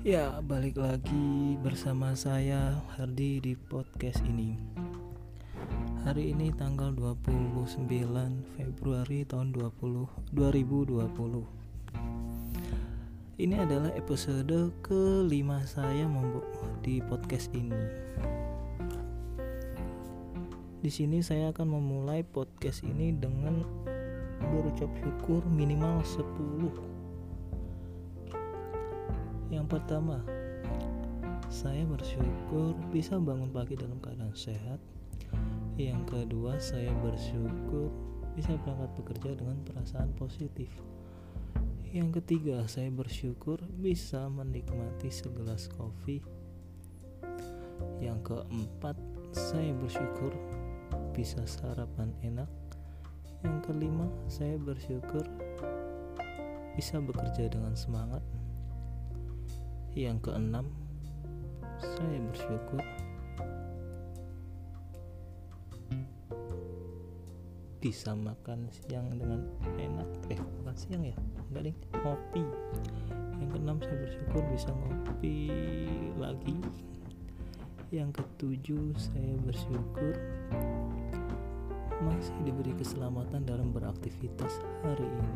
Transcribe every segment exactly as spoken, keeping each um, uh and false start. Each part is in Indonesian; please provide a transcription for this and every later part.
Ya, balik lagi bersama saya Hardi di podcast ini. Hari ini tanggal dua puluh sembilan Februari tahun dua ribu dua puluh. Ini adalah episode kelima saya membuat di podcast ini. Di sini saya akan memulai podcast ini dengan berucap syukur minimal sepuluh. Yang pertama, saya bersyukur bisa bangun pagi dalam keadaan sehat. Yang kedua, saya bersyukur bisa berangkat bekerja dengan perasaan positif. Yang ketiga, saya bersyukur bisa menikmati segelas kopi. Yang keempat, saya bersyukur bisa sarapan enak. Yang kelima, saya bersyukur bisa bekerja dengan semangat. Yang keenam, saya bersyukur bisa makan siang dengan enak. Eh, makan siang ya? Enggak deh, ngopi. Yang keenam, saya bersyukur bisa ngopi lagi. Yang ketujuh, saya bersyukur masih diberi keselamatan dalam beraktivitas hari ini.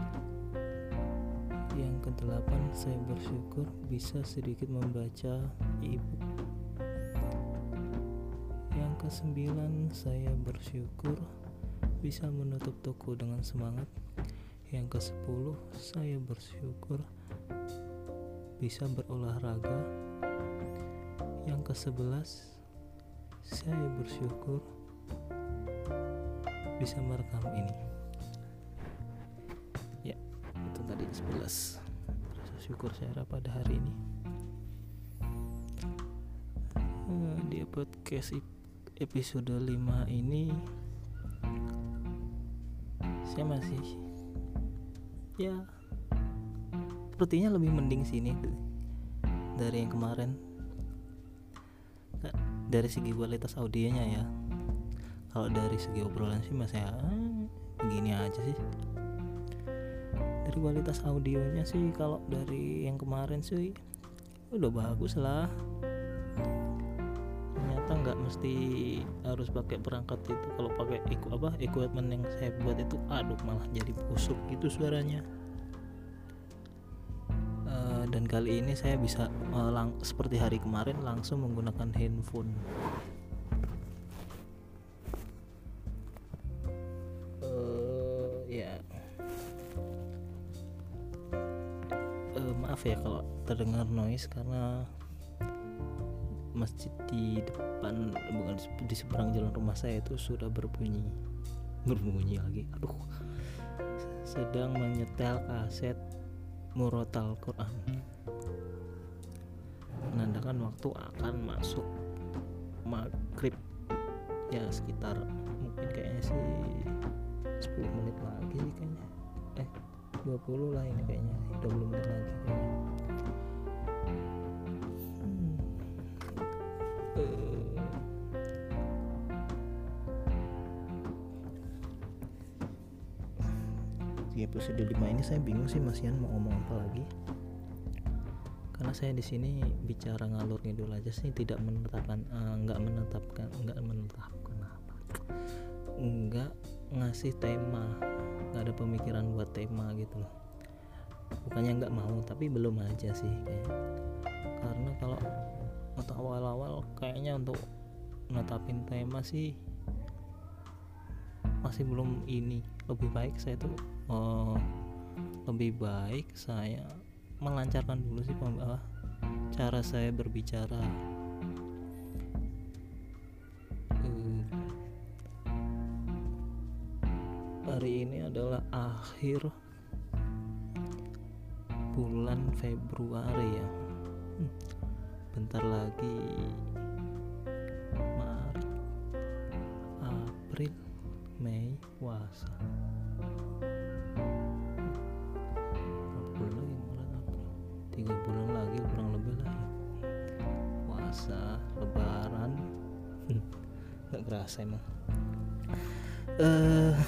Yang kedelapan, saya bersyukur bisa sedikit membaca e-book. Yang kesembilan, saya bersyukur bisa menutup toko dengan semangat. Yang kesepuluh, saya bersyukur bisa berolahraga. Yang kesebelas, saya bersyukur bisa merekam ini. Ya, itu tadi sebelas rasa syukur saya pada hari ini. Di podcast episode lima ini saya masih ya sepertinya lebih mending sini dari yang kemarin dari segi kualitas audionya ya. Kalau dari segi obrolan sih masih ya, begini aja sih. Dari kualitas audionya sih kalau dari yang kemarin sih udah bagus lah. Ternyata nggak mesti harus pakai perangkat itu. Kalau pakai iku apa equipment yang saya buat itu, aduh malah jadi busuk gitu suaranya. Uh, dan kali ini saya bisa uh, lang- seperti hari kemarin langsung menggunakan handphone. Uh, ya. Uh, maaf ya kalau terdengar noise karena masjid di depan, bukan di seberang jalan rumah saya itu sudah berbunyi berbunyi lagi aduh sedang menyetel kaset murotal Quran, menandakan waktu akan masuk maghrib ya, sekitar mungkin kayaknya sih sepuluh menit lagi kayaknya eh dua puluh lah ini kayaknya dua puluh menit lagi kayaknya. Di episode lima ini saya bingung sih Masian mau ngomong apa lagi, karena saya di sini bicara ngalur ngidul aja sih, tidak menetapkan uh, nggak menetapkan nggak menetapkan apa nggak ngasih tema, nggak ada pemikiran buat tema gitu loh. Bukannya nggak mau, tapi belum aja sih kayaknya. Karena kalau untuk awal-awal kayaknya untuk netapin tema sih masih belum ini. Lebih baik saya tuh oh, lebih baik saya melancarkan dulu sih pembawa cara saya berbicara. uh, hari ini adalah akhir bulan Februari ya. hmm, bentar lagi Maret, April, Mei, puasa. Berapa bulan lagi? Maret, April. Tiga bulan lagi kurang lebih lah ya. Puasa, Lebaran. Gak kerasa emang. Uh,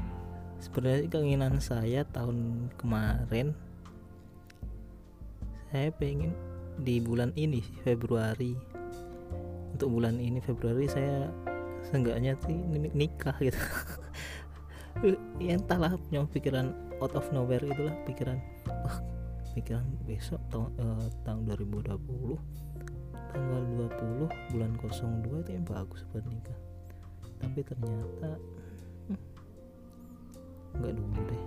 sebenarnya keinginan saya tahun kemarin saya pengen di bulan ini Februari, untuk bulan ini Februari saya seenggaknya sih nikah gitu. Ya entahlah, punya pikiran out of nowhere itulah, pikiran wah pikiran besok tahun eh, tahun dua ribu dua puluh tanggal dua puluh bulan nol dua itu yang bagus buat nikah. Tapi ternyata hmm, enggak dulu deh.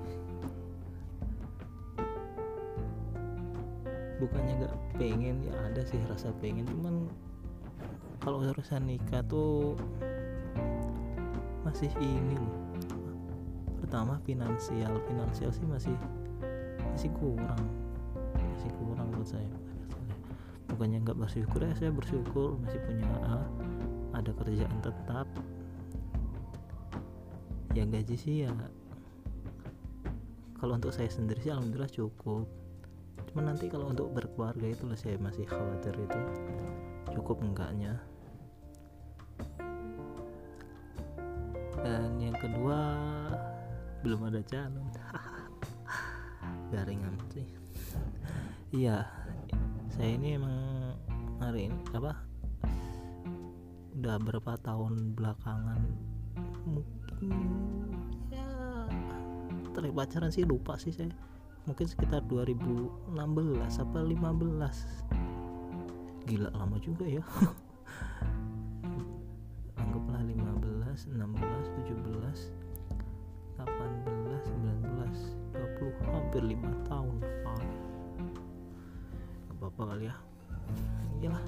Bukannya enggak pengen, ya ada sih rasa pengen, cuman kalau urusan nikah tuh masih ini loh. Pertama finansial, finansial sih masih masih kurang, masih kurang buat saya. Bukannya nggak bersyukur ya, saya bersyukur masih punya uh, ada kerjaan tetap. Ya gaji sih ya, kalau untuk saya sendiri sih alhamdulillah cukup. Cuman nanti kalau untuk berkeluarga itu lah saya masih khawatir itu cukup enggaknya. Dan yang kedua, belum ada calon. Garingan sih. Iya, saya ini emang hari ini apa udah berapa tahun belakangan mungkin ya terakhir pacaran sih lupa sih saya, mungkin sekitar dua ribu enam belas apa lima belas. Gila lama juga ya. Anggaplah lima belas, enam belas, tujuh belas, delapan belas, sembilan belas, dua puluh, hampir lima tahun. Ah, gak apa-apa kali ya. Iyalah.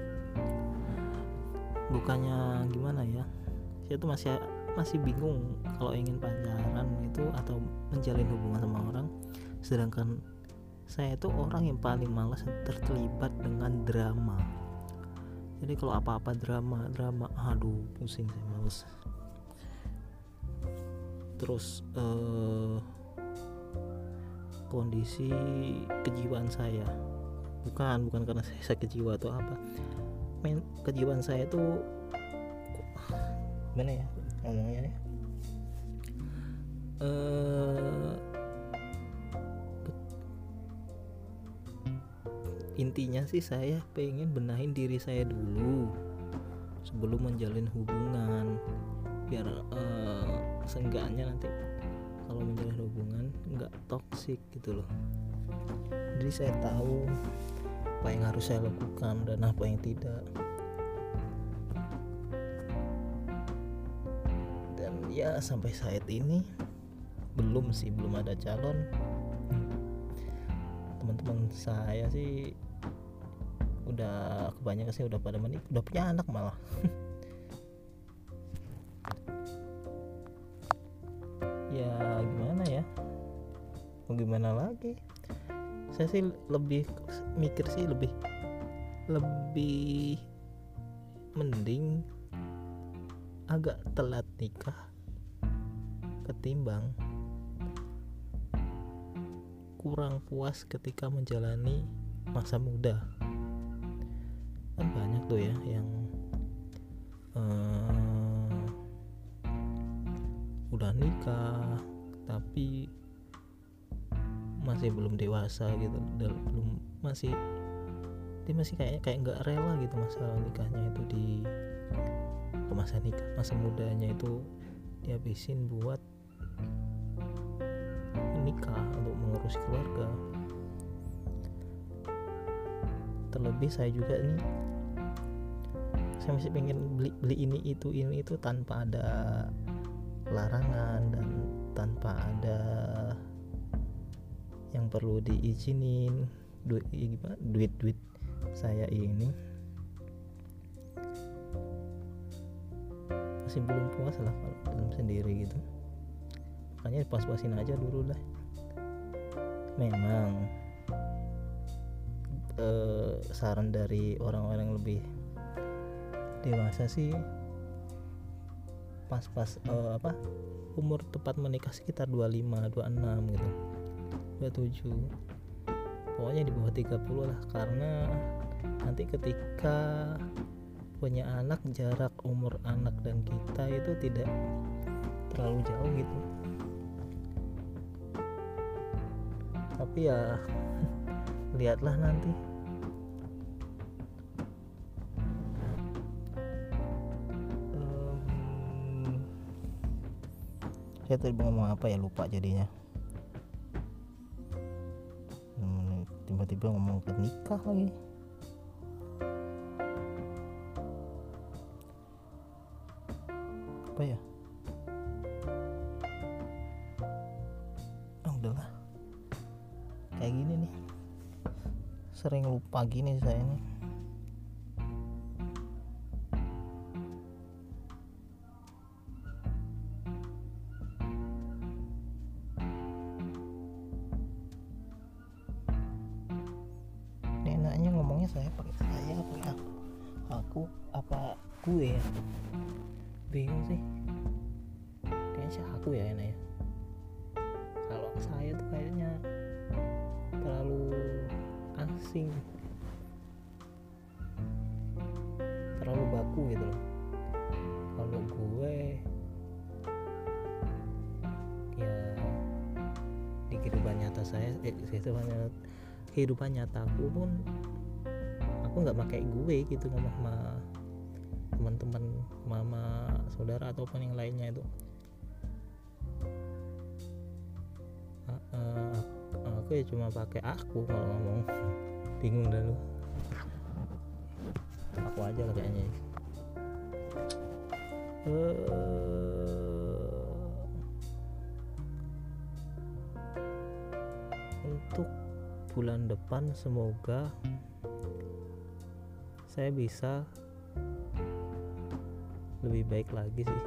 Bukannya gimana ya, saya tuh masih masih bingung kalau ingin pacaran itu atau menjalin hubungan sama orang, sedangkan saya tuh orang yang paling malas terlibat dengan drama. Jadi kalau apa-apa drama, drama, aduh pusing, saya males. Terus eh, kondisi kejiwaan saya, bukan bukan karena saya sakit jiwa atau apa, men kejiwaan saya tuh gimana ya ngomongnya ya, eh, intinya sih saya pengen benahin diri saya dulu sebelum menjalin hubungan, biar uh, seenggaknya nanti kalau menjalin hubungan nggak toksik gitu loh. Jadi saya tahu apa yang harus saya lakukan dan apa yang tidak. Dan ya sampai saat ini belum sih, belum ada calon. Teman-teman saya sih udah kebanyakan sih udah pada menikah, udah punya anak malah. Ya gimana ya, mau gimana lagi, saya sih lebih mikir sih lebih lebih mending agak telat nikah ketimbang kurang puas ketika menjalani masa muda. Kan banyak tuh ya yang uh, udah nikah tapi masih belum dewasa gitu, belum masih dia masih kayaknya kayak nggak rela gitu masa nikahnya itu di masa nikah masa mudanya itu dihabisin buat nikah untuk mengurus keluarga. Terlebih saya juga nih, saya masih pengen beli beli ini itu ini itu tanpa ada larangan dan tanpa ada yang perlu diizinin. Duit gimana duit duit saya ini masih belum puas lah kalau dalam sendiri gitu, makanya pas-pasin aja dulu lah. Memang eh, saran dari orang-orang yang lebih dewasa sih pas-pas eh, apa umur tepat menikah sekitar dua puluh lima, dua puluh enam gitu, dua puluh tujuh, pokoknya di bawah tiga puluh lah, karena nanti ketika punya anak jarak umur anak dan kita itu tidak terlalu jauh gitu. Tapi ya lihatlah nanti. um, saya tadi ngomong apa ya, lupa jadinya. hmm, tiba-tiba ngomong ke nikah lagi. Apa ya, oh, udahlah, kayak gini nih, sering lupa gini saya nih. Ini enaknya ngomongnya saya pakai saya pakai aku, aku apa gue ya, bingung sih. Kayaknya sih aku ya enak ya. Kalau saya tuh kayaknya terlalu asing, terlalu baku gitu loh. Kalau gue ya di kehidupan nyata saya, eh, kehidupan nyata, kehidupan nyataku pun aku nggak pakai gue gitu ngomong sama teman-teman, mama, saudara ataupun yang lainnya itu. Uh, uh, aku ya cuma pakai aku kalau ngomong. Bingung dah lu. Aku aja lah kayaknya. Uh, untuk bulan depan semoga saya bisa lebih baik lagi sih,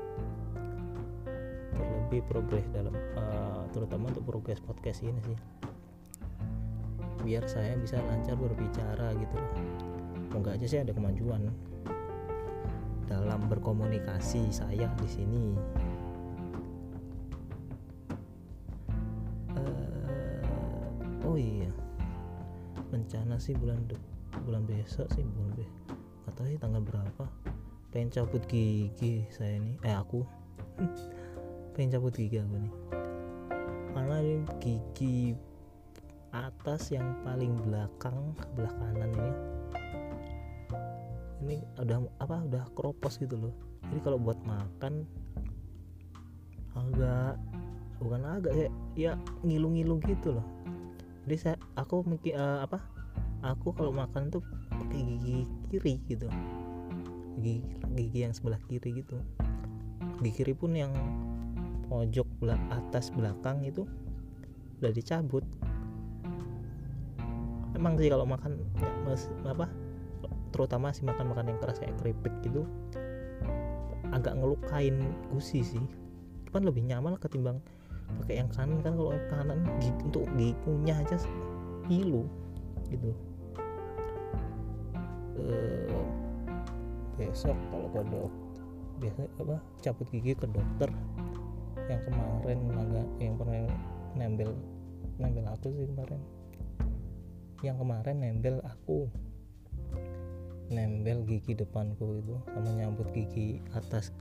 terlebih progres dalam uh, terutama untuk progres podcast ini sih, biar saya bisa lancar berbicara gitu loh. Semoga aja sih ada kemajuan dalam berkomunikasi saya di sini. Uh, oh iya, rencana sih bulan de- bulan besok sih bulan be, nggak tahu sih tanggal berapa. Pengen cabut gigi saya nih, eh aku pengen cabut gigi aku nih, karena ini gigi atas yang paling belakang sebelah kanan ini ini udah apa udah keropos gitu loh. Jadi kalau buat makan agak bukan agak ya, ya ngilu-ngilu gitu loh. Jadi saya aku mikir uh, apa aku kalau makan tuh pakai gigi kiri gitu, gigi gigi yang sebelah kiri gitu. Gigi kiri pun yang pojok belah atas belakang itu udah dicabut. Emang sih kalau makan ya, mas, apa terutama sih makan-makan yang keras kayak keripik gitu agak ngelukain gusi sih. Itu kan lebih nyaman ketimbang pakai yang kanan kan. Kalau yang kanan gigi, untuk gigi kunyah aja pilu gitu. Uh, besok kalau ke dok biasa apa cabut gigi ke dokter yang kemarin agak yang pernah nempel nempel aku sih kemarin yang kemarin nempel aku nempel gigi depanku itu sama nyambut gigi atas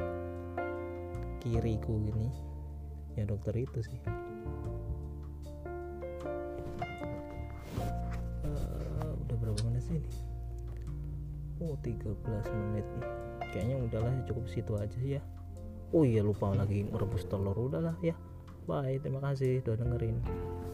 kiriku gini ya dokter itu sih. Uh, udah berapa menit sih ini? Oh tiga belas menit. Kayaknya udahlah cukup situ aja ya. Oh iya lupa lagi merebus telur. Udahlah ya. Bye, terima kasih udah dengerin.